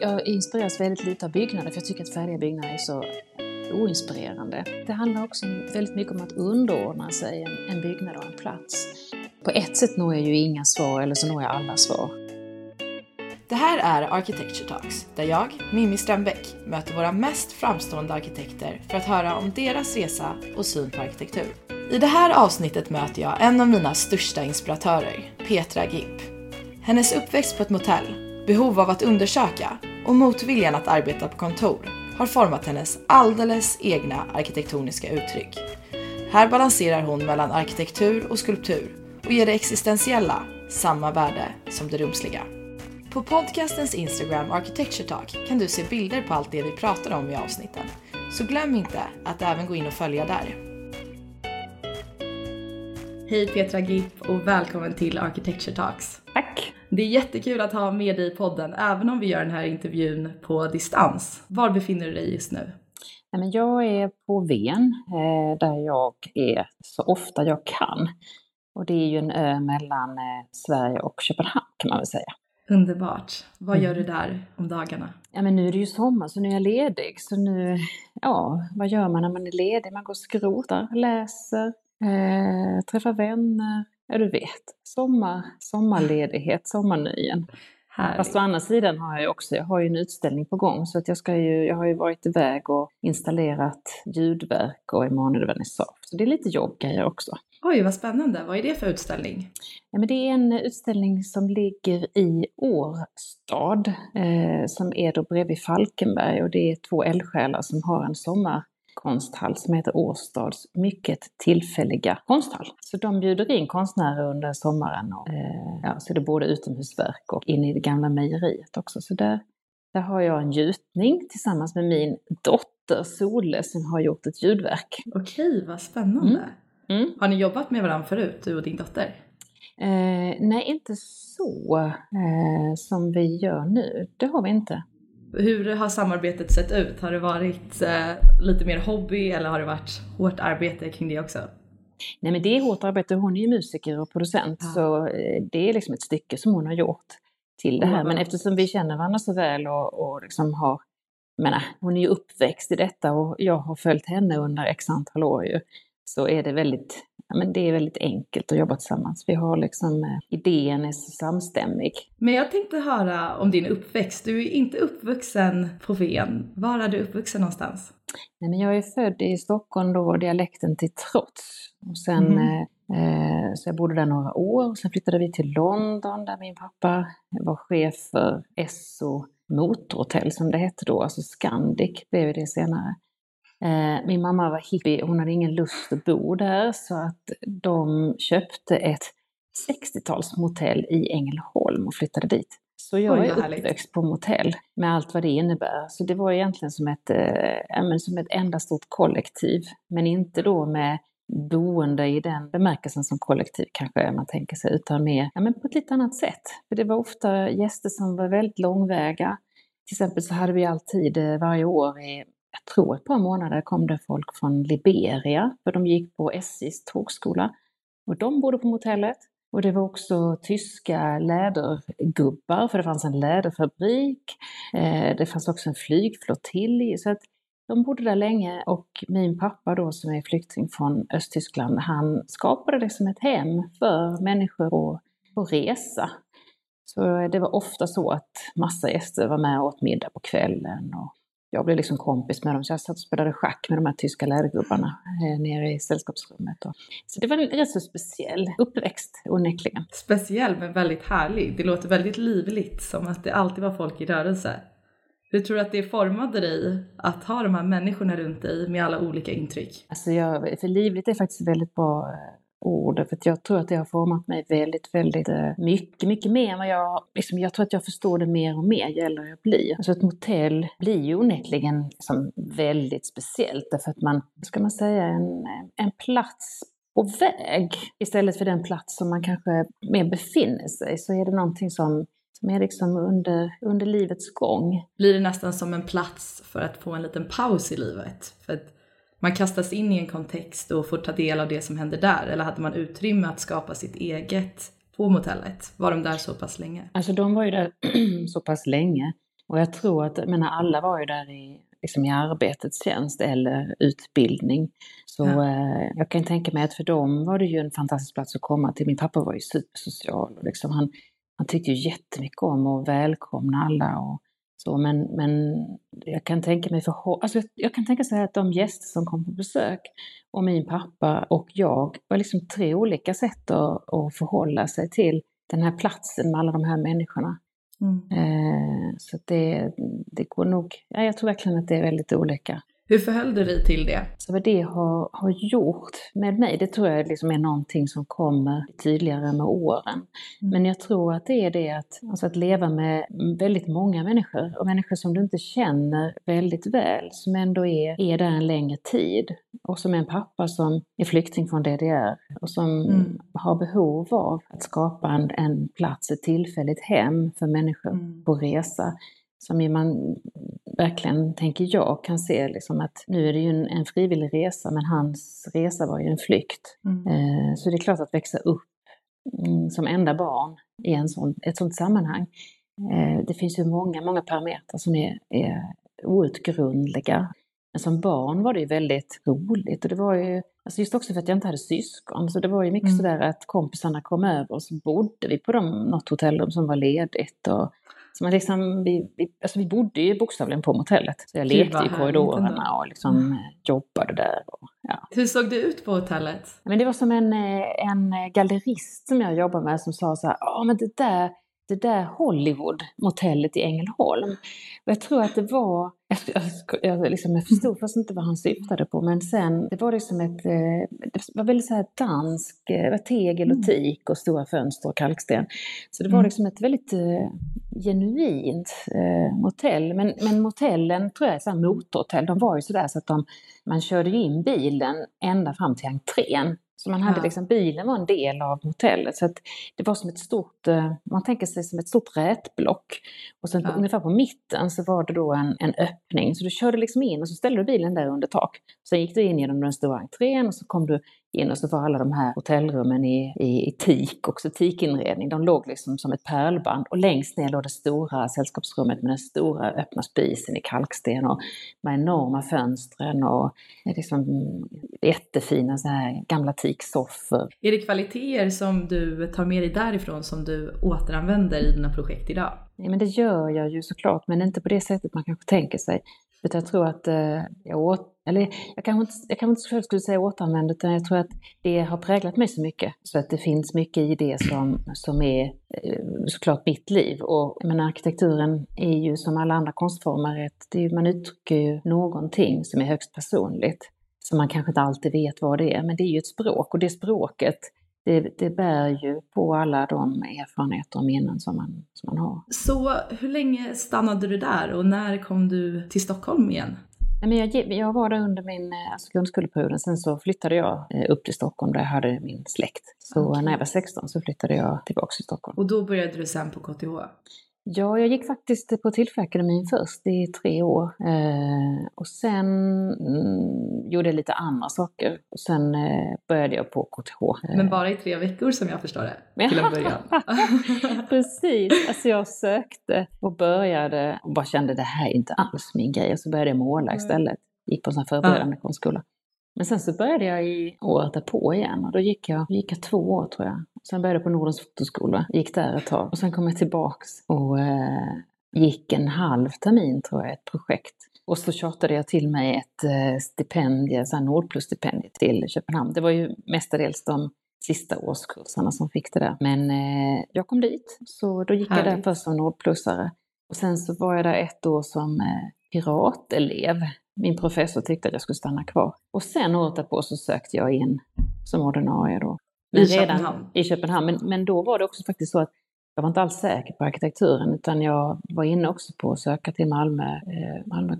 Jag inspireras väldigt lite av byggnader, för jag tycker att färdiga byggnader är så oinspirerande. Det handlar också väldigt mycket om att underordna sig en byggnad och en plats. På ett sätt når jag ju inga svar, eller så når jag alla svar. Det här är Architecture Talks, där jag, Mimmi Strömbäck, möter våra mest framstående arkitekter för att höra om deras resa och syn på arkitektur. I det här avsnittet möter jag en av mina största inspiratörer, Petra Gipp. Hennes uppväxt på ett motell, behov av att undersöka och motviljan att arbeta på kontor har format hennes alldeles egna arkitektoniska uttryck. Här balanserar hon mellan arkitektur och skulptur och ger det existentiella samma värde som det rumsliga. På podcastens Instagram Architecture Talk kan du se bilder på allt det vi pratar om i avsnitten. Så glöm inte att även gå in och följa där. Hej Petra Gipp och välkommen till Architecture Talks. Tack! Det är jättekul att ha med dig i podden, även om vi gör den här intervjun på distans. Var befinner du dig just nu? Jag är på Ven, där jag är så ofta jag kan. Och det är ju en ö mellan Sverige och Köpenhamn, kan man väl säga. Underbart. Vad gör du där om dagarna? Men nu är det ju sommar, så nu är jag ledig. Så nu, vad gör man när man är ledig? Man går och skrotar, läser, träffar vänner. Ja, du vet. Sommarledighet, sommarnöjen. Härligt. Fast å andra sidan jag har ju en utställning på gång. Så att jag har ju varit iväg och installerat ljudverk och imorgon är det vernissage. Så det är lite jobbgrejer också. Oj, vad spännande. Vad är det för utställning? Men det är en utställning som ligger i Årstad, som är då bredvid Falkenberg. Och det är 2 eldsjälar som har en sommarkonsthall som heter Årstads mycket tillfälliga konsthall. Så de bjuder in konstnärer under sommaren. Och, så det är både utomhusverk och inne i det gamla mejeriet också. Så där har jag en gjutning tillsammans med min dotter Sole som har gjort ett ljudverk. Okej, vad spännande. Har ni jobbat med varandra förut, du och din dotter? Nej, inte så som vi gör nu. Det har vi inte. Hur har samarbetet sett ut? Har det varit lite mer hobby eller har det varit hårt arbete kring det också? Nej, men det är hårt arbete. Hon är ju musiker och producent. Så det är liksom ett stycke som hon har gjort till det här. Men eftersom vi känner varandra så väl och liksom hon är ju uppväxt i detta och jag har följt henne under x antal år ju. Så är det väldigt enkelt att jobba tillsammans. Vi har idén är så samstämmig. Men jag tänkte höra om din uppväxt. Du är inte uppvuxen på Ven. Var är du uppvuxen någonstans? Nej, men jag är född i Stockholm då, dialekten till trots. Och sen, så jag bodde där några år. Och sen flyttade vi till London där min pappa var chef för Esso Motorhotell som det hette då. Alltså Scandic blev det senare. Min mamma var hippie, hon hade ingen lust att bo där så att de köpte ett 60-talsmotell i Ängelholm och flyttade dit. Så jag är uppväxt på motell med allt vad det innebär. Så det var egentligen som ett enda stort kollektiv, men inte då med boende i den bemärkelsen som kollektiv kanske man tänker sig, utan mer på ett lite annat sätt. För det var ofta gäster som var väldigt långväga. Till exempel så hade vi alltid varje år jag tror ett par månader kom det folk från Liberia, för de gick på SJs tågskola och de bodde på motellet. Och det var också tyska lädergubbar, för det fanns en läderfabrik, det fanns också en flygflottilj, så att de bodde där länge. Och min pappa då som är flykting från Östtyskland, han skapade det som ett hem för människor att resa. Så det var ofta så att massa gäster var med och åt middag på kvällen och jag blev kompis med dem, så jag satt och spelade schack med de här tyska lärargubbarna nere i sällskapsrummet. Så det var en rätt så speciell uppväxt, onekligen. Speciell men väldigt härlig. Det låter väldigt livligt, som att det alltid var folk i rörelse. Hur tror du att det formade dig att ha de här människorna runt dig med alla olika intryck? För livligt är faktiskt väldigt bra ord, för att jag tror att det har format mig väldigt, väldigt mycket mer än vad jag tror att jag förstår det mer och mer ju äldre jag blir. Alltså ett motell blir ju onekligen väldigt speciellt, därför att en plats på väg istället för den plats som man kanske mer befinner sig, så är det någonting som är under livets gång. Blir det nästan som en plats för att få en liten paus i livet? För att man kastas in i en kontext och får ta del av det som händer där? Eller hade man utrymme att skapa sitt eget på motellet? Var de där så pass länge? Alltså de var ju där så pass länge. Och jag tror att, alla var ju där i arbetets tjänst eller utbildning. Så jag kan tänka mig att för dem var det ju en fantastisk plats att komma till. Min pappa var ju supersocial. Och han tyckte ju jättemycket om att välkomna alla och så. Men jag kan tänka mig jag kan tänka så här att de gäster som kom på besök och min pappa och jag var 3 olika sätt att förhålla sig till den här platsen med alla de här människorna. Så det går nog, jag tror verkligen att det är väldigt olika. Hur förhöll du dig till det? Så vad det har gjort med mig, det tror jag är någonting som kommer tydligare med åren. Men jag tror att det är det att leva med väldigt många människor och människor som du inte känner väldigt väl, som ändå är där en längre tid. Och som är en pappa som är flykting från DDR och som har behov av att skapa en plats, ett tillfälligt hem för människor på resa. Som man verkligen, tänker jag, kan se att nu är det ju en frivillig resa, men hans resa var ju en flykt. Så det är klart att växa upp som enda barn i ett sånt sammanhang. Det finns ju många parametrar som är outgrundliga. Men som barn var det ju väldigt roligt. Och det var ju, just också för att jag inte hade syskon. Så det var ju mycket sådär att kompisarna kom över och så bodde vi på något hotellrum som var ledigt. Och så vi bodde ju bokstavligen på motellet. Så jag lekte i korridorerna och jobbade där. Hur såg det ut på hotellet? Men det var som en gallerist som jag jobbade med som sa så här, men det där Hollywood-motellet i Ängelholm. Och jag tror att det var, jag förstod först inte vad han syftade på, men sen, det var det var väldigt så här dansk, tegel och teak och stora fönster och kalksten. Så det var ett väldigt genuint motell. Men motellen, tror jag, är så här motorhotell, de var ju sådär så att man körde in bilen ända fram till entrén. Så man hade bilen var en del av hotellet. Så att det var som ett stort, man tänker sig som ett stort rätblock. Och sen ungefär på mitten så var det då en öppning. Så du körde in och så ställde du bilen där under tak. Sen gick du in genom den stora entrén och så kom du in och så var alla de här hotellrummen i teak, också teakinredning. De låg som ett pärlband. Och längst ner låg det stora sällskapsrummet med den stora öppna spisen i kalksten och med enorma fönstren och jättefina så här gamla teaksoffor. Är det kvaliteter som du tar med dig därifrån som du återanvänder i dina projekt idag? Ja, men det gör jag ju såklart, men inte på det sättet man kanske tänker sig. Utan jag tror att jag kanske inte själv skulle säga återanvänd, utan jag tror att det har präglat mig så mycket. Så att det finns mycket i det som är såklart mitt liv. Och arkitekturen är ju som alla andra konstformer, man uttrycker ju någonting som är högst personligt. Som man kanske inte alltid vet vad det är, men det är ju ett språk. Och det språket, det bär ju på alla de erfarenheter och minnen som man har. Så hur länge stannade du där och när kom du till Stockholm igen? Jag var där under min grundskoleperioden, sen så flyttade jag upp till Stockholm där jag hade min släkt. Så när jag var 16 så flyttade jag tillbaka till Stockholm. Och då började du sen på KTH? Ja, jag gick faktiskt på Tillfällighetsakademin först i 3 år. Och sen gjorde jag lite andra saker. Och sen började jag på KTH. Men bara i 3 veckor som jag förstår det, till en början. Precis, jag sökte och började och bara kände det här är inte alls min grej. Och så började jag måla istället. Gick på en sån förberedande konstskola. Men sen så började jag i året därpå igen och då gick jag 2 år tror jag. Sen började jag på Nordens fotoskola, gick där ett tag och sen kom jag tillbaks och gick en halv termin tror jag, ett projekt. Och så tjatade jag till mig ett stipendium, så här Nordplus-stipendium till Köpenhamn. Det var ju mestadels de sista årskurserna som fick det där. Men jag kom dit, så då gick jag där först som Nordplusare. Och sen så var jag där 1 år som piratelev. Min professor tyckte att jag skulle stanna kvar. Och sen året därpå så sökte jag in som ordinarie då. Men i Köpenhamn. Men då var det också faktiskt så att jag var inte alls säker på arkitekturen. Utan jag var inne också på att söka till Malmö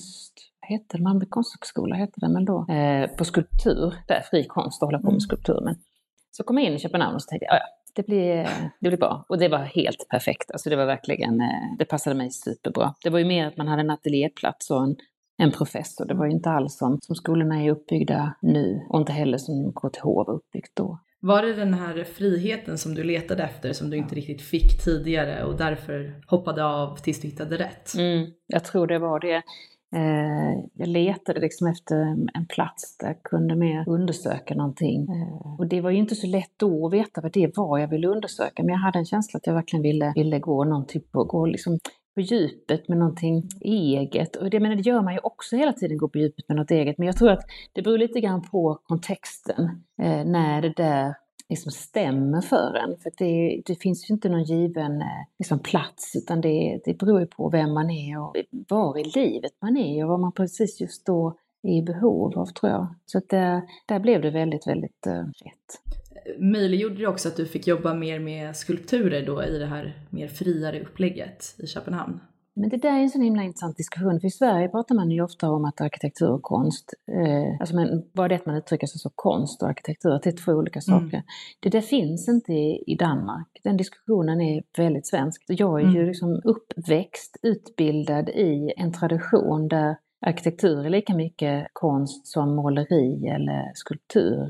konsthögskola hette det. Men då på skulptur, där fri konst och hålla på med skulptur. Men så kom jag in i Köpenhamn och så tänkte jag, det blir bra. Och det var helt perfekt. Alltså det var verkligen, det passade mig superbra. Det var ju mer att man hade en ateljéplats och en professor. Det var ju inte alls som skolorna är uppbyggda nu. Och inte heller som KTH var uppbyggt då. Var det den här friheten som du letade efter som du inte riktigt fick tidigare och därför hoppade av tills du hittade rätt? Jag tror det var det. Jag letade liksom efter en plats där jag kunde mer undersöka någonting. Och det var ju inte så lätt då att veta vad det var jag ville undersöka. Men jag hade en känsla att jag verkligen ville gå någon typ och gå liksom på djupet med någonting eget. Och det gör man ju också hela tiden, gå på djupet med något eget. Men jag tror att det beror lite grann på kontexten när det där liksom stämmer för en. För det finns ju inte någon given liksom plats, utan det beror ju på vem man är och var i livet man är och vad man precis just då är i behov av, tror jag. Så att där blev det väldigt, väldigt rätt. Möjliggjorde det också att du fick jobba mer med skulpturer då i det här mer friare upplägget i Köpenhamn? Men det där är en sån himla intressant diskussion, för i Sverige pratar man ju ofta om att arkitektur och konst, bara det att man uttrycker sig så, konst och arkitektur, att det är två olika saker. Det där finns inte i Danmark. Den diskussionen är väldigt svensk. Jag är ju liksom uppväxt, utbildad i en tradition där arkitektur är lika mycket konst som måleri eller skulptur.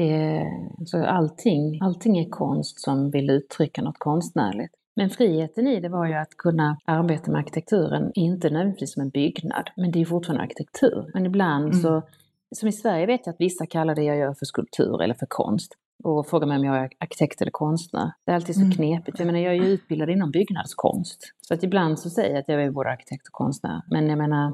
Så allting är konst som vill uttrycka något konstnärligt. Men friheten i det var ju att kunna arbeta med arkitekturen, inte nödvändigtvis som en byggnad, men det är ju fortfarande arkitektur. Men ibland så, som i Sverige vet jag att vissa kallar det jag gör för skulptur eller för konst. Och frågar mig om jag är arkitekt eller konstnär. Det är alltid så knepigt. Jag är ju utbildad inom byggnadskonst. Så att ibland så säger jag att jag är både arkitekt och konstnär. Men jag menar,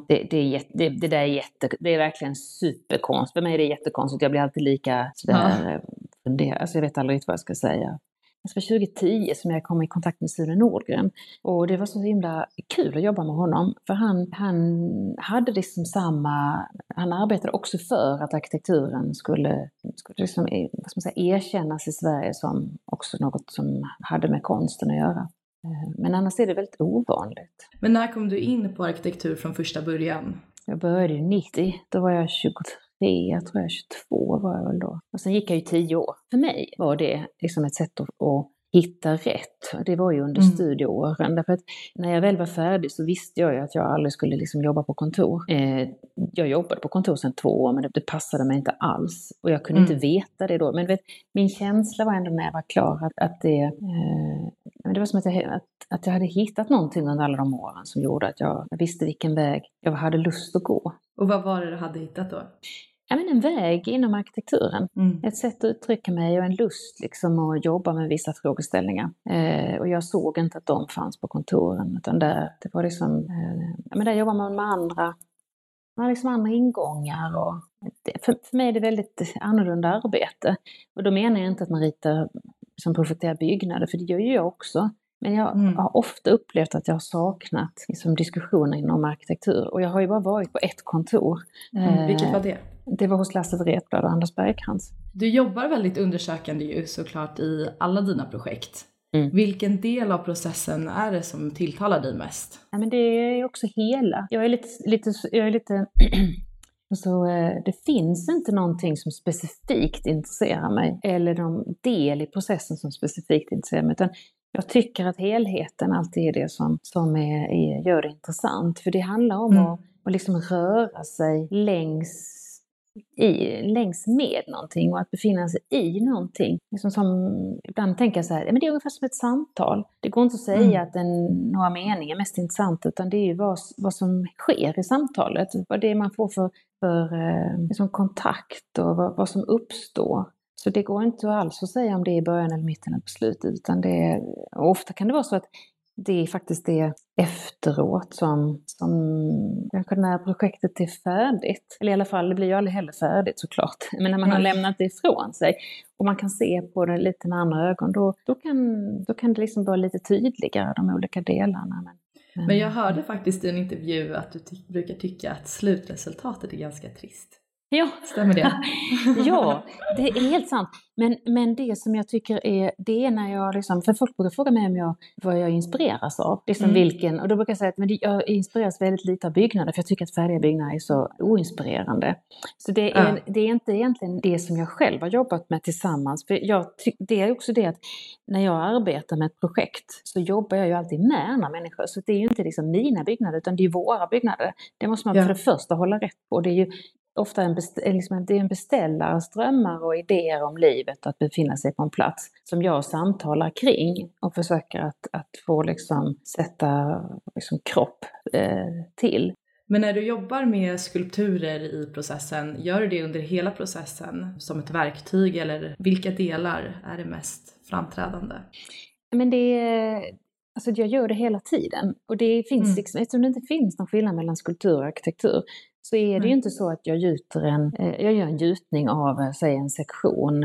det är verkligen superkonst. För mig är det jättekonstigt. Jag blir alltid lika sådär funderad. Alltså jag vet aldrig vad jag ska säga. Det var 2010 som jag kom i kontakt med Sune Nordgren. Och det var så himla kul att jobba med honom. För han hade liksom han arbetade också för att arkitekturen skulle liksom, vad ska man säga, erkännas i Sverige som också något som hade med konsten att göra. Men annars är det väldigt ovanligt. Men när kom du in på arkitektur från första början? Jag började ju 90, då var jag 23. Jag tror jag 22 var jag väl då. Och sen gick jag ju 10 år. För mig var det liksom ett sätt att hitta rätt. Det var ju under studieåren. Därför att när jag väl var färdig så visste jag ju att jag aldrig skulle liksom jobba på kontor. Jag jobbade på kontor sedan 2 år, men det passade mig inte alls. Och jag kunde inte veta det då. Men min känsla var ändå när jag var klar att det var som att jag hade hittat någonting under alla de åren som gjorde att jag visste vilken väg jag hade lust att gå. Och vad var det du hade hittat då? En väg inom arkitekturen. Ett sätt att uttrycka mig och en lust liksom att jobba med vissa frågeställningar. Och jag såg inte att de fanns på kontoren, utan det var liksom, där jobbar man med andra ingångar. Och för mig är det väldigt annorlunda arbete. Och då menar jag inte att man ritar som projekterar byggnader, för det gör ju jag också. Men jag har ofta upplevt att jag har saknat liksom, diskussioner inom arkitektur. Och jag har ju bara varit på ett kontor. Vilket var det? Det var hos Lasse Wretblad och Anders Bergkrans. Du jobbar väldigt undersökande ju såklart i alla dina projekt. Vilken del av processen är det som tilltalar dig mest? Ja, men det är också hela. Jag är lite så det finns inte någonting som specifikt intresserar mig. Eller någon del i processen som specifikt intresserar mig. Utan jag tycker att helheten alltid är det som gör det intressant. För det handlar om att liksom röra sig längs med någonting och att befinna sig i någonting. Liksom ibland tänker jag så här, men det är ungefär som ett samtal. Det går inte att säga att några meningar är mest intressant, utan det är ju vad som sker i samtalet. Vad det är man får för liksom kontakt och vad som uppstår. Så det går inte alls att säga om det är i början eller mitten eller på slutet, utan ofta kan det vara så att det är faktiskt det efteråt som kanske när projektet är färdigt. Eller i alla fall, det blir ju aldrig heller färdigt såklart. Men när man har lämnat det ifrån sig och man kan se på det lite med andra ögon, då kan det liksom vara lite tydligare, de olika delarna. Men jag hörde faktiskt i en intervju att du brukar tycka att slutresultatet är ganska trist. Ja. Stämmer det? Ja, det är helt sant. Men det som jag tycker det är när jag liksom, för folk brukar fråga mig vad jag inspireras av. Liksom vilken, och då brukar jag säga att jag inspireras väldigt lite av byggnader, för jag tycker att färdiga byggnader är så oinspirerande. Så det är inte egentligen det som jag själv har jobbat med tillsammans. För det är också det att när jag arbetar med ett projekt så jobbar jag ju alltid med andra människor. Så det är ju inte liksom mina byggnader, utan det är våra byggnader. Det måste man för det första hålla rätt på. Det är ju ofta det är en beställares drömmar och idéer om livet att befinna sig på en plats som jag samtalar kring och försöker att få liksom sätta liksom kropp till. Men när du jobbar med skulpturer i processen, gör du det under hela processen som ett verktyg, eller vilka delar är det mest framträdande? Men alltså jag gör det hela tiden, och det finns liksom, eftersom det inte finns någon skillnad mellan skulptur och arkitektur, så är det ju inte så att jag gör en gjutning av, säg en sektion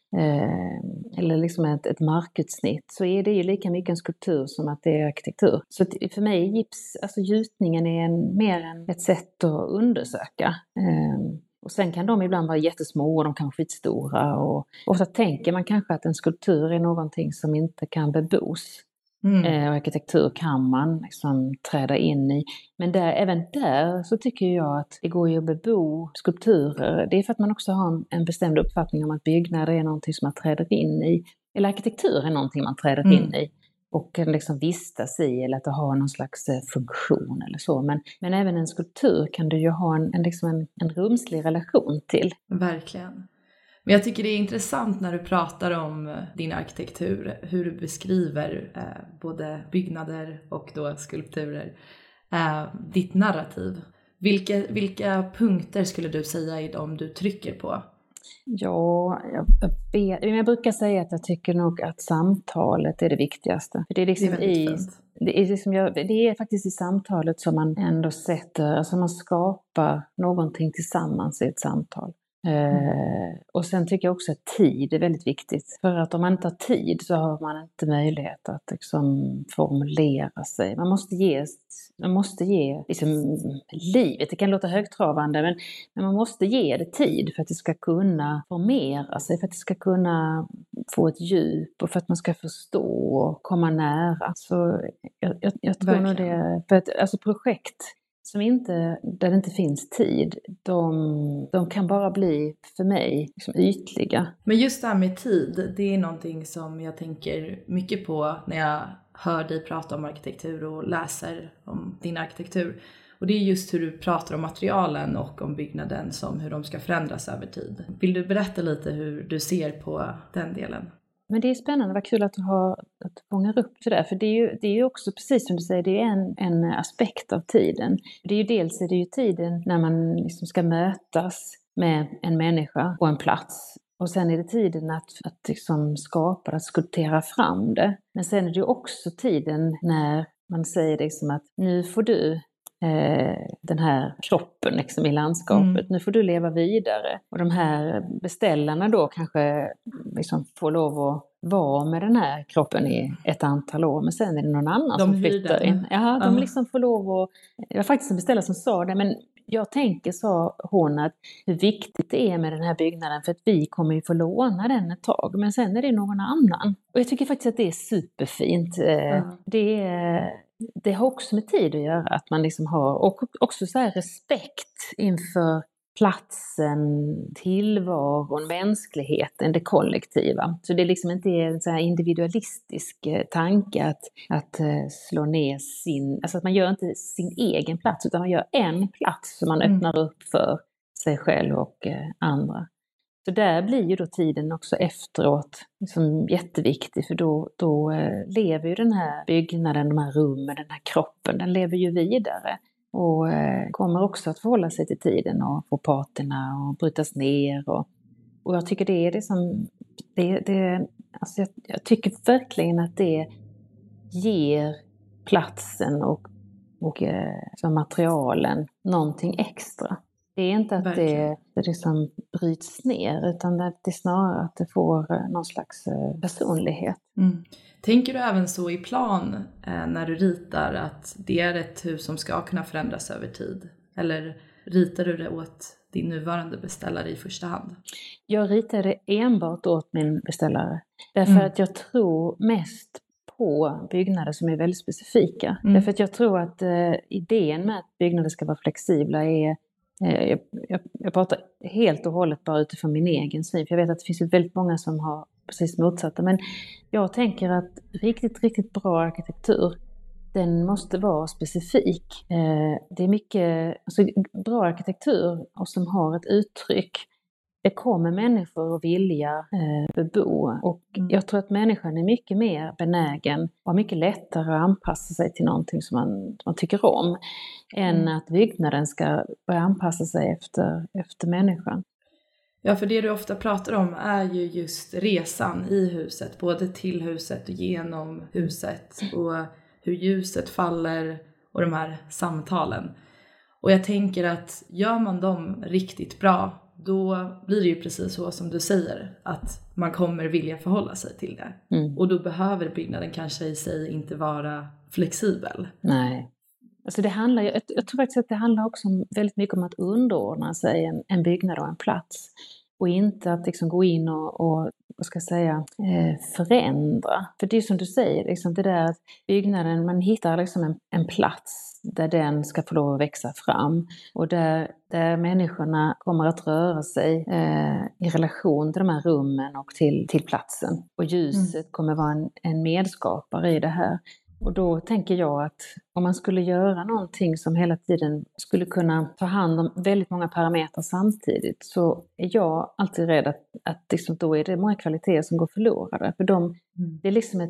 eller liksom ett markutsnitt, så är det ju lika mycket en skulptur som att det är arkitektur. Så för mig alltså gjutningen är mer ett sätt att undersöka. Och sen kan de ibland vara jättesmå och de kan vara skitstora, och ofta tänker man kanske att en skulptur är någonting som inte kan bebos. Och arkitektur kan man liksom träda in i. Men även där så tycker jag att det går ju att bebo skulpturer. Det är för att man också har en bestämd uppfattning om att byggnader är någonting som man träder in i. Eller arkitektur är någonting man träder in i och liksom vistas i, eller att det har någon slags funktion eller så. Men även en skulptur kan du ju ha en rumslig relation till. Verkligen. Men jag tycker det är intressant när du pratar om din arkitektur, hur du beskriver både byggnader och då skulpturer, ditt narrativ. Vilka punkter skulle du säga är de du trycker på? Ja, jag brukar säga att jag tycker nog att samtalet är det viktigaste. För det är liksom det är faktiskt i samtalet som man ändå alltså man skapar någonting tillsammans i ett samtal. Och sen tycker jag också att tid är väldigt viktigt. För att om man inte har tid så har man inte möjlighet att liksom formulera sig. Man måste ge liksom livet. Det kan låta högtravande, men man måste ge det tid för att det ska kunna formera sig, för att det ska kunna få ett djup och för att man ska förstå och komma nära. Så jag tror nog det, för att alltså projekt där det inte finns tid, de kan bara bli för mig liksom ytliga. Men just det här med tid, det är någonting som jag tänker mycket på när jag hör dig prata om arkitektur och läser om din arkitektur. Och det är just hur du pratar om materialen och om byggnaden, som hur de ska förändras över tid. Vill du berätta lite hur du ser på den delen? Men det är spännande, vad kul att du fångar upp det där. För det är ju också, precis som du säger, det är en aspekt av tiden. Dels är det ju tiden när man liksom ska mötas med en människa på en plats. Och sen är det tiden att liksom skapa, att skulptera fram det. Men sen är det ju också tiden när man säger liksom att nu får du den här kroppen liksom i landskapet. Nu får du leva vidare. Och de här beställarna då kanske liksom får lov att vara med den här kroppen i ett antal år. Men sen är det någon annan som flyttar in. Ja, de liksom får lov att... Det var faktiskt en beställare som sa det, men jag tänker, sa hon, att hur viktigt det är med den här byggnaden, för att vi kommer ju få låna den ett tag, men sen är det någon annan. Och jag tycker faktiskt att det är superfint. Det har också med tid att göra, att man liksom har, och också så här respekt inför platsen, tillvaron, mänskligheten, det kollektiva. Så det liksom inte är en så här individualistisk tanke att slå ner alltså att man gör inte sin egen plats, utan man gör en plats som man öppnar upp för sig själv och andra. Så där blir ju då tiden också efteråt liksom jätteviktig, för då lever ju den här byggnaden, de här rummen, den här kroppen, den lever ju vidare. Och kommer också att förhålla sig till tiden och få parterna och brytas ner. Och jag tycker det är det som... Alltså jag tycker verkligen att det ger platsen och materialen någonting extra. Det är inte att det liksom bryts ner, utan det är snarare att det får någon slags personlighet. Tänker du även så i plan när du ritar, att det är ett hus som ska kunna förändras över tid? Eller ritar du det åt din nuvarande beställare i första hand? Jag ritar det enbart åt min beställare. Därför att jag tror mest på byggnader som är väldigt specifika. Därför att jag tror att idén med att byggnader ska vara flexibla är... Jag pratar helt och hållet bara utifrån min egen syn. För jag vet att det finns väldigt många som har precis motsatta. Men jag tänker att riktigt, riktigt bra arkitektur den måste vara specifik. Det är mycket alltså, bra arkitektur och som har ett uttryck. Det kommer människor att vilja bebo. Och jag tror att människan är mycket mer benägen och mycket lättare att anpassa sig till någonting som man tycker om. Än att byggnaden ska börja anpassa sig efter människan. Ja, för det du ofta pratar om är ju just resan i huset. Både till huset och genom huset. Och hur ljuset faller och de här samtalen. Och jag tänker att gör man dem riktigt bra, då blir det ju precis så som du säger. Att man kommer vilja förhålla sig till det. Och då behöver byggnaden kanske i sig inte vara flexibel. Nej. Alltså jag tror faktiskt att det handlar också väldigt mycket om att underordna sig en byggnad och en plats. Och inte att liksom gå in och vad ska jag säga, förändra. För det är som du säger, liksom det där att byggnaden, man hittar liksom en plats där den ska få lov att växa fram. Och där människorna kommer att röra sig i relation till de här rummen och till platsen. Och ljuset kommer vara en medskapare i det här. Och då tänker jag att om man skulle göra någonting som hela tiden skulle kunna ta hand om väldigt många parametrar samtidigt, så är jag alltid rädd att liksom då är det många kvaliteter som går förlorade. För det är liksom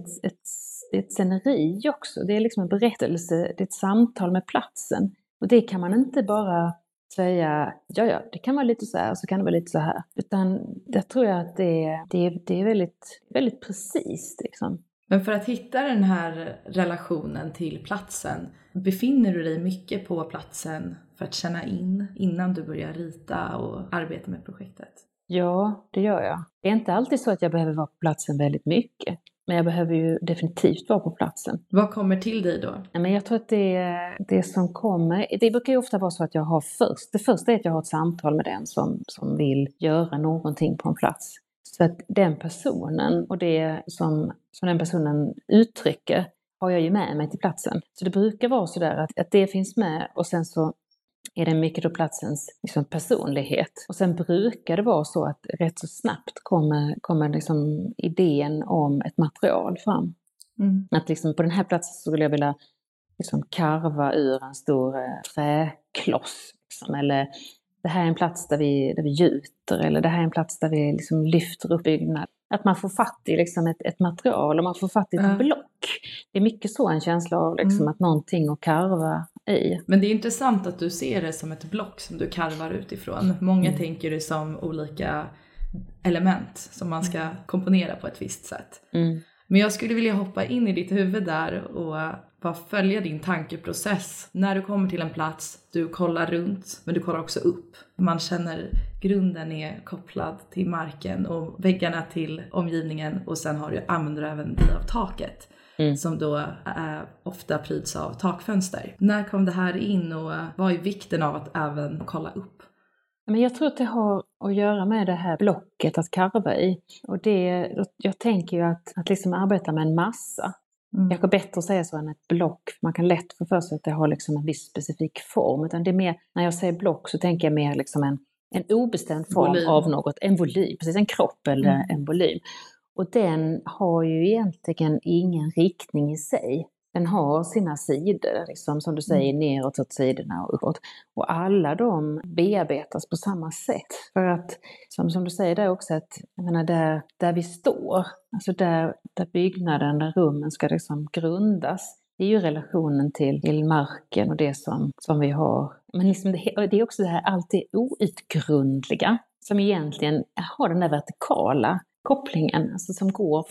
ett sceneri också, det är liksom en berättelse, det är ett samtal med platsen. Och det kan man inte bara säga, ja, det kan vara lite så här och så kan det vara lite så här. Utan jag tror att det är väldigt, väldigt precis liksom. Men för att hitta den här relationen till platsen, befinner du dig mycket på platsen för att känna in innan du börjar rita och arbeta med projektet? Ja, det gör jag. Det är inte alltid så att jag behöver vara på platsen väldigt mycket. Men jag behöver ju definitivt vara på platsen. Vad kommer till dig då? Men jag tror att det som kommer, det brukar ju ofta vara så att jag har det första är att jag har ett samtal med den som vill göra någonting på en plats. Så att den personen och det som den personen uttrycker har jag ju med mig till platsen. Så det brukar vara så där att det finns med och sen så är det mycket då platsens liksom personlighet. Och sen brukar det vara så att rätt så snabbt kommer liksom idén om ett material fram. Att liksom på den här platsen så skulle jag vilja liksom karva ur en stor träkloss. Liksom, eller det här är en plats där vi gjuter, eller det här är en plats där vi liksom lyfter upp byggnad. Att man får fatt i liksom ett material och man får fatt i ett block. Det är mycket så en känsla av liksom att någonting att karva i. Men det är intressant att du ser det som ett block som du karvar utifrån. Många tänker det som olika element som man ska komponera på ett visst sätt. Men jag skulle vilja hoppa in i ditt huvud där och bara följa din tankeprocess. När du kommer till en plats, du kollar runt, men du kollar också upp. Man känner grunden är kopplad till marken och väggarna till omgivningen. Och sen använder du även dig av taket. Som då ofta pryds av takfönster. När kom det här in och vad är vikten av att även kolla upp? Men jag tror att det har att göra med det här blocket att karva i. Och jag tänker ju att liksom arbeta med en massa. Kanske bättre att säga så än ett block. Man kan lätt få för sig att det har liksom en viss specifik form. Utan det är mer, när jag säger block så tänker jag mer liksom en obestämd form volym. Av något. En volym, precis en kropp eller en volym. Och den har ju egentligen ingen riktning i sig. Den har sina sidor, liksom, som du säger, neråt åt sidorna och uppåt. Och alla de bearbetas på samma sätt. För att, som du säger där också, att jag menar, där vi står, alltså där byggnaden, där rummen ska liksom grundas, det är ju relationen till marken och det som vi har. Men liksom det är också det här alltid outgrundliga, som egentligen har den där vertikala kopplingen, alltså som går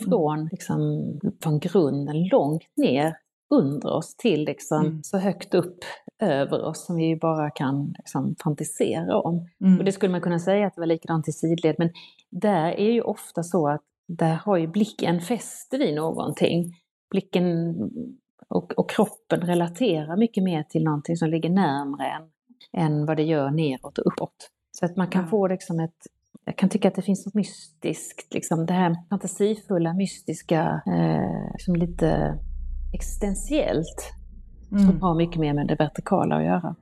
från grunden långt ner under oss till liksom så högt upp över oss som vi bara kan liksom fantisera om. Och det skulle man kunna säga att det var likadant i sidled, men där är ju ofta så att där har ju blicken fäste vid någonting. Blicken och kroppen relaterar mycket mer till någonting som ligger närmare än vad det gör neråt och uppåt. Så att man kan få liksom jag kan tycka att det finns något mystiskt, liksom det här fantasifulla, mystiska, som lite existentiellt, som har mycket mer med det vertikala att göra.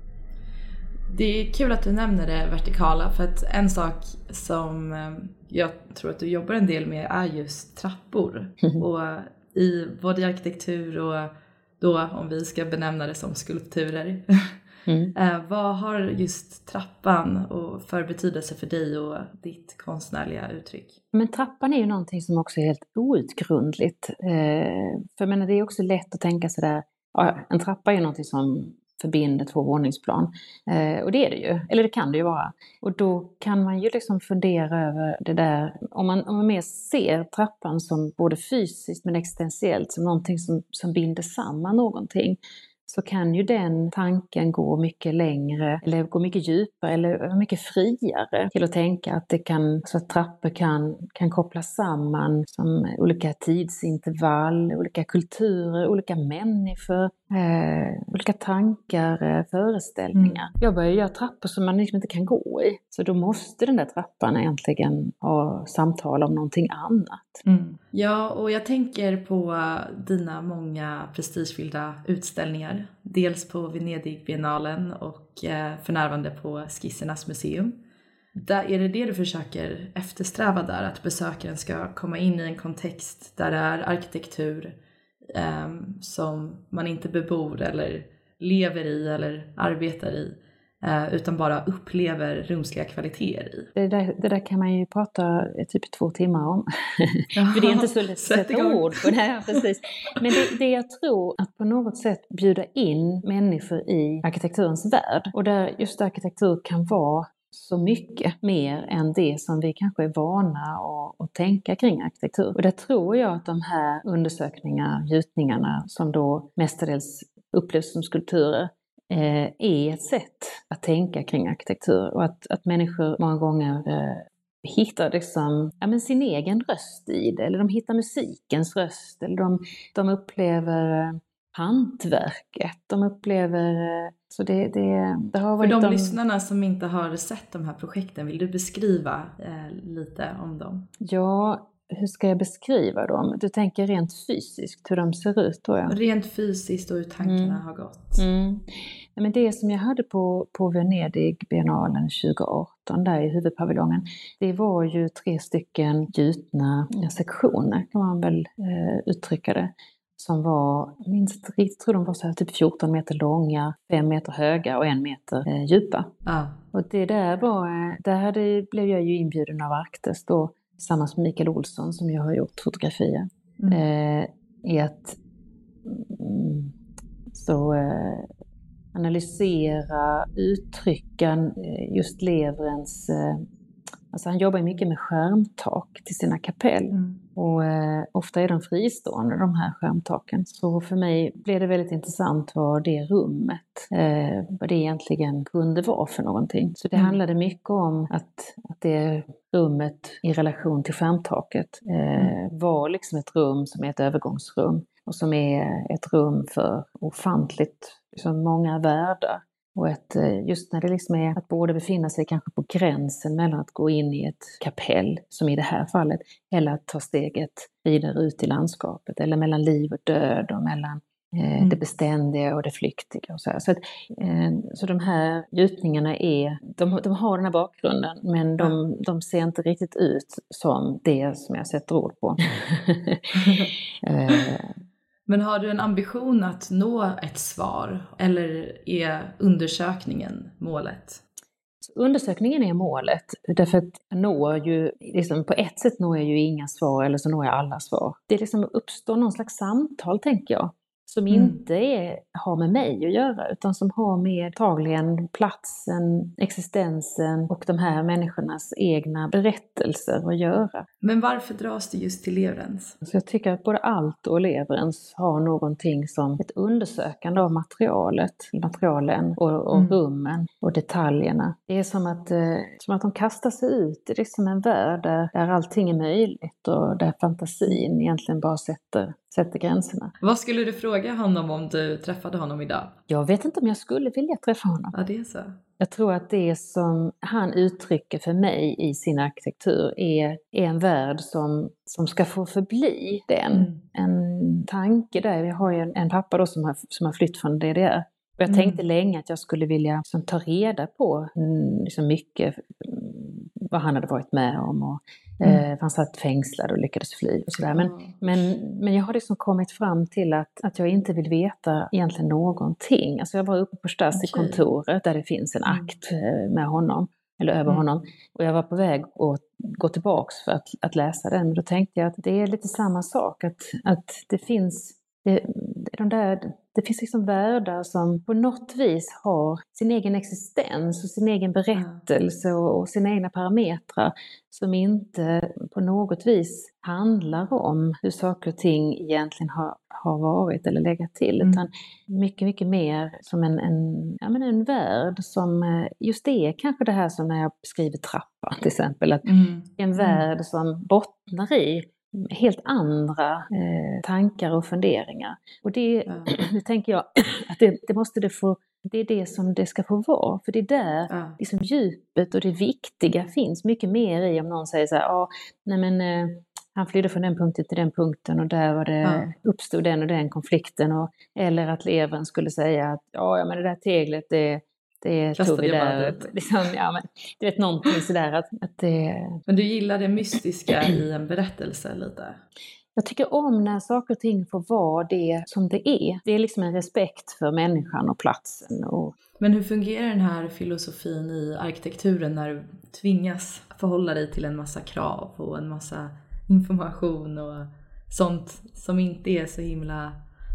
Det är kul att du nämner det vertikala, för att en sak som jag tror att du jobbar en del med är just trappor. Och i både arkitektur och då, om vi ska benämna det som skulpturer. Vad har just trappan och för betydelse för dig och ditt konstnärliga uttryck? Men trappan är ju någonting som också är helt outgrundligt. För jag menar, det är också lätt att tänka sådär, ja, en trappa är ju någonting som förbinder 2 våningsplan. Och det är det ju, eller det kan det ju vara. Och då kan man ju liksom fundera över det där, om man mer ser trappan som både fysiskt men existentiellt, som någonting som binder samman någonting, så kan ju den tanken gå mycket längre eller gå mycket djupare eller mycket friare till att tänka att det kan, så att trappor kan kopplas samman som olika tidsintervall, olika kulturer, olika människor, olika tankar, föreställningar. Jag börjar göra trappor som man liksom inte kan gå i, så då måste den där trappan egentligen ha samtal om någonting annat. Ja, och jag tänker på dina många prestigefyllda utställningar. Dels på Venedigbiennalen och för närvarande på Skissernas museum. Är det du försöker eftersträva där? Att besökaren ska komma in i en kontext där det är arkitektur som man inte bebor eller lever i eller arbetar i, utan bara upplever rumsliga kvaliteter i. Det där kan man ju prata typ 2 timmar om. För det är inte så lätt att sätta ord på det här. Precis. Men det jag tror, att på något sätt bjuda in människor i arkitekturens värld. Och där just arkitektur kan vara så mycket mer än det som vi kanske är vana att tänka kring arkitektur. Och där tror jag att de här gjutningarna som då mestadels upplevs som skulpturer, är ett sätt att tänka kring arkitektur, och att människor många gånger hittar liksom, sin egen röst i det, eller de hittar musikens röst, eller de upplever hantverket, de upplever, så det har varit för de lyssnarna som inte har sett de här projekten, vill du beskriva lite om dem? Ja, hur ska jag beskriva dem? Du tänker rent fysiskt hur de ser ut då? Ja. Rent fysiskt och hur tankarna har gått. Ja, men det som jag hade på Venedigbiennalen 2018 där i huvudpaviljongen, det var ju 3 stycken gjutna sektioner, kan man väl uttrycka det. Som var, jag tror de var så här typ 14 meter långa, 5 meter höga och 1 meter djupa. Och det där blev jag ju inbjuden av Arktis då, tillsammans med Mikael Olsson, som jag har gjort fotografier. I att analysera uttrycken, just leverens. Alltså han jobbar mycket med skärmtak till sina kapell. Och ofta är de fristående, de här skärmtaken. Så för mig blev det väldigt intressant vad det rummet, vad det egentligen kunde vara för någonting. Så det handlade mycket om att det rummet i relation till skärmtaket var liksom ett rum som är ett övergångsrum. Och som är ett rum för ofantligt liksom många världar. Och just när det liksom är att både befinna sig kanske på gränsen mellan att gå in i ett kapell, som i det här fallet, eller att ta steget vidare ut i landskapet, eller mellan liv och död, och mellan det beständiga och det flyktiga. Och så de här gjutningarna de har den här bakgrunden, men de ser inte riktigt ut som det som jag sätter ord på. Men har du en ambition att nå ett svar, eller är undersökningen målet? Undersökningen är målet, därför att på ett sätt når jag ju inga svar, eller så når jag alla svar. Det liksom uppstår någon slags samtal, tänker jag, som inte har med mig att göra, utan som har med tagligen platsen, existensen och de här människornas egna berättelser att göra. Men varför dras det just till leverens? Så jag tycker att både allt och leverens har någonting som ett undersökande av materialen och rummen och detaljerna. Det är som att de kastar sig ut. Det är liksom en värld där allting är möjligt, och där fantasin egentligen bara sätter gränserna. Vad skulle du fråga honom om du träffade honom idag? Jag vet inte om jag skulle vilja träffa honom. Ja, det är så. Jag tror att det som han uttrycker för mig i sin arkitektur är en värld som ska få förbli den. En tanke där. Vi har ju en pappa då som har flytt från DDR. Och jag tänkte länge att jag skulle vilja ta reda på liksom mycket vad han hade varit med om. Och, han satt fängslad och lyckades fly och sådär. Men jag har liksom kommit fram till att jag inte vill veta egentligen någonting. Alltså jag var uppe på Stasi-kontoret där det finns en akt med honom, eller över honom. Och jag var på väg att gå tillbaks för att läsa den. Men då tänkte jag att det är lite samma sak. Att det finns det finns liksom världar som på något vis har sin egen existens och sin egen berättelse och sina egna parametrar som inte på något vis handlar om hur saker och ting egentligen har varit eller legat till. Utan mycket, mycket mer som en värld som just det är kanske det här som när jag beskriver trappan till exempel. Att en värld som bottnar i helt andra tankar och funderingar. Och det tänker jag att det måste det få, det är det som det ska få vara. För det är där liksom djupet och det viktiga finns mycket mer i om någon säger så här, han flydde från den punkten till den punkten och där var det, uppstod den och den konflikten. Eller att levern skulle säga att men det där teglet det tog vi där. Liksom, du vet någonting sådär att det... Men du gillar det mystiska i en berättelse lite? Jag tycker om när saker och ting får vara det som det är. Det är liksom en respekt för människan och platsen. Men hur fungerar den här filosofin i arkitekturen när du tvingas förhålla dig till en massa krav och en massa information och sånt som inte är så himla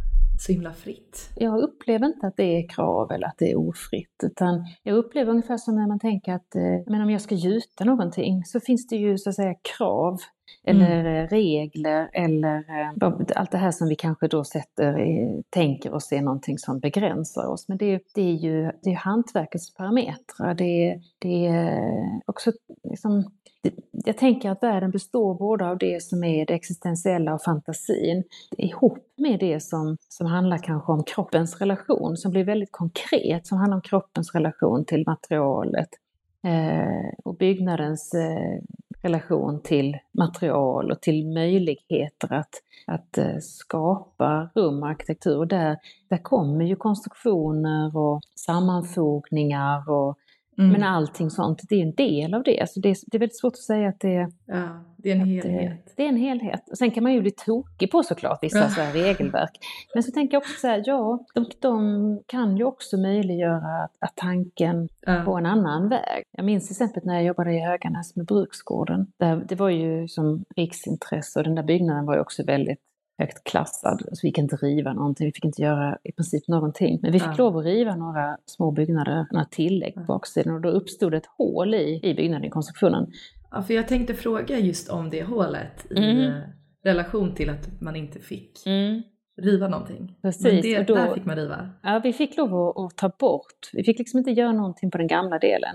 fritt? Jag upplever inte att det är krav eller att det är ofritt, utan jag upplever ungefär som när man tänker att om jag ska gjuta någonting så finns det ju så att säga krav eller regler eller allt det här som vi kanske då tänker oss är någonting som begränsar oss. Men det är ju hantverkets parametrar. Det är också liksom, jag tänker att världen består både av det som är det existentiella och fantasin ihop med det som handlar kanske om kroppens relation, som blir väldigt konkret, som handlar om kroppens relation till materialet och byggnadens relation till material och till möjligheter att skapa rum och arkitektur. Och där kommer ju konstruktioner och sammanfogningar och men allting sånt, det är en del av det. Alltså det är väldigt svårt att säga att det är en helhet. Det är en helhet. Och sen kan man ju bli tokig på såklart vissa så här regelverk. Men så tänker jag också så här, de kan ju också möjliggöra att tanken på en annan väg. Jag minns till exempel när jag jobbade i Höganäs med Bruksgården. Det var ju som riksintresse och den där byggnaden var ju också väldigt högt klassad. Så vi fick inte riva någonting, vi fick inte göra i princip någonting. Men vi fick lov att riva några små byggnader, några tillägg på baksidan. Och då uppstod ett hål i byggnaden, i konstruktionen. Ja, för jag tänkte fråga just om det hålet i relation till att man inte fick riva någonting. Precis. Men där fick man riva. Ja, vi fick lov att ta bort. Vi fick liksom inte göra någonting på den gamla delen.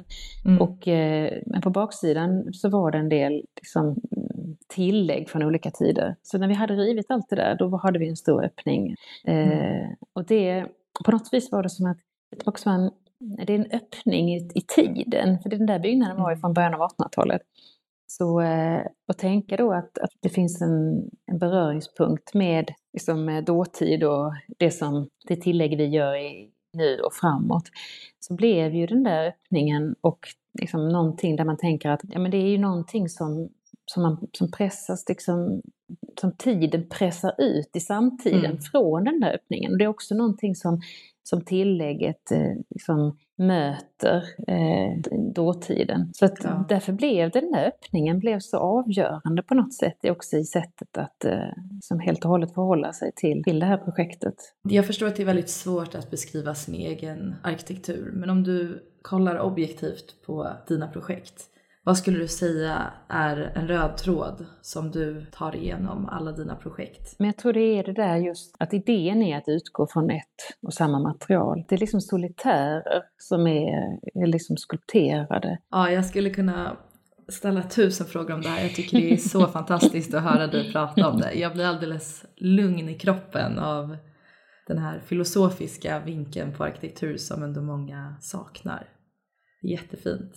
Men på baksidan så var det en del liksom, tillägg från olika tider. Så när vi hade rivit allt det där, då hade vi en stor öppning. Och det, på något vis var det som att det också var det är en öppning i tiden. För den där byggnaden var ju från början av 1800-talet. Så att tänka då att det finns en beröringspunkt med liksom, dåtid och det tillägg vi gör nu och framåt. Så blev ju den där öppningen och liksom, någonting där man tänker att men det är ju någonting som pressas liksom, som tiden pressar ut i samtiden från den där öppningen. Och det är också någonting som tillägget liksom möter dåtiden. Så att därför blev den där öppningen blev så avgörande på något sätt också i sättet att som helt och hållet förhålla sig till det här projektet. Jag förstår att det är väldigt svårt att beskriva sin egen arkitektur, men om du kollar objektivt på dina projekt, vad skulle du säga är en röd tråd som du tar igenom alla dina projekt? Men jag tror det är det där just att idén är att utgå från ett och samma material. Det är liksom solitärer som är liksom skulpterade. Ja, jag skulle kunna ställa 1000 frågor om det här. Jag tycker det är så fantastiskt att höra dig prata om det. Jag blir alldeles lugn i kroppen av den här filosofiska vinkeln på arkitektur som ändå många saknar. Jättefint.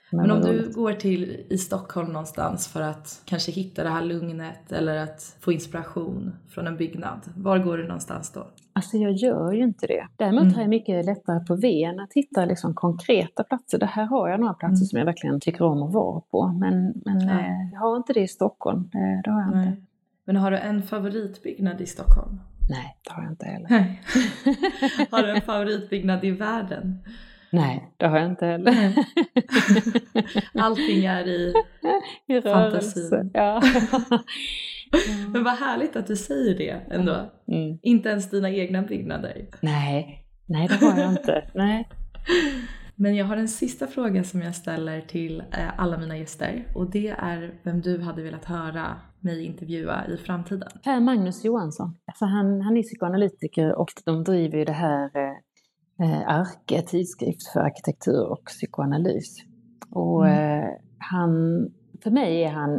Men om du går till i Stockholm någonstans för att kanske hitta det här lugnet eller att få inspiration från en byggnad, var går du någonstans då? Alltså jag gör ju inte det. Däremot har jag mycket lättare på Ven att hitta liksom konkreta platser. Det här har jag några platser som jag verkligen tycker om att vara på. Men jag har inte det i Stockholm. Det har jag inte. Men har du en favoritbyggnad i Stockholm? Nej, det har jag inte heller. Nej. Har du en favoritbyggnad i världen? Nej, det har jag inte heller. Allting är i fantasin. Ja. Men vad härligt att du säger det ändå. Inte ens dina egna byggnader. Nej, det har jag inte. Nej. Men jag har en sista fråga som jag ställer till alla mina gäster. Och det är vem du hade velat höra mig intervjua i framtiden. Per Magnus Johansson. Alltså han är psykoanalytiker och de driver ju det här Arke, tidskrift för arkitektur och psykoanalys. Och för mig är han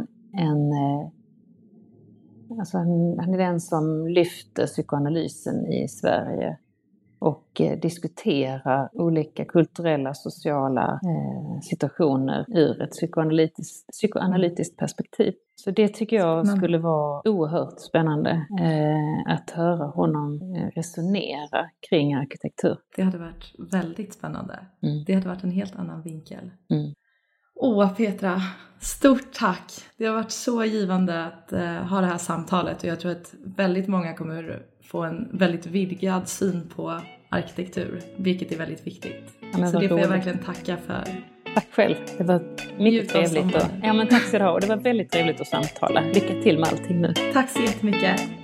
han är den som lyfter psykoanalysen i Sverige och diskuterar olika kulturella, sociala situationer ur ett psykoanalytiskt perspektiv. Så det tycker jag skulle vara oerhört spännande att höra honom resonera kring arkitektur. Det hade varit väldigt spännande. Det hade varit en helt annan vinkel. Petra, stort tack. Det har varit så givande att ha det här samtalet. Och jag tror att väldigt många kommer få en väldigt vidgad syn på arkitektur. Vilket är väldigt viktigt. Ja, så det får jag verkligen tacka för. Tack själv. Det var mycket trevligt. Tack ska du ha. Och det var väldigt trevligt att samtala. Lycka till med allting nu. Tack så jättemycket.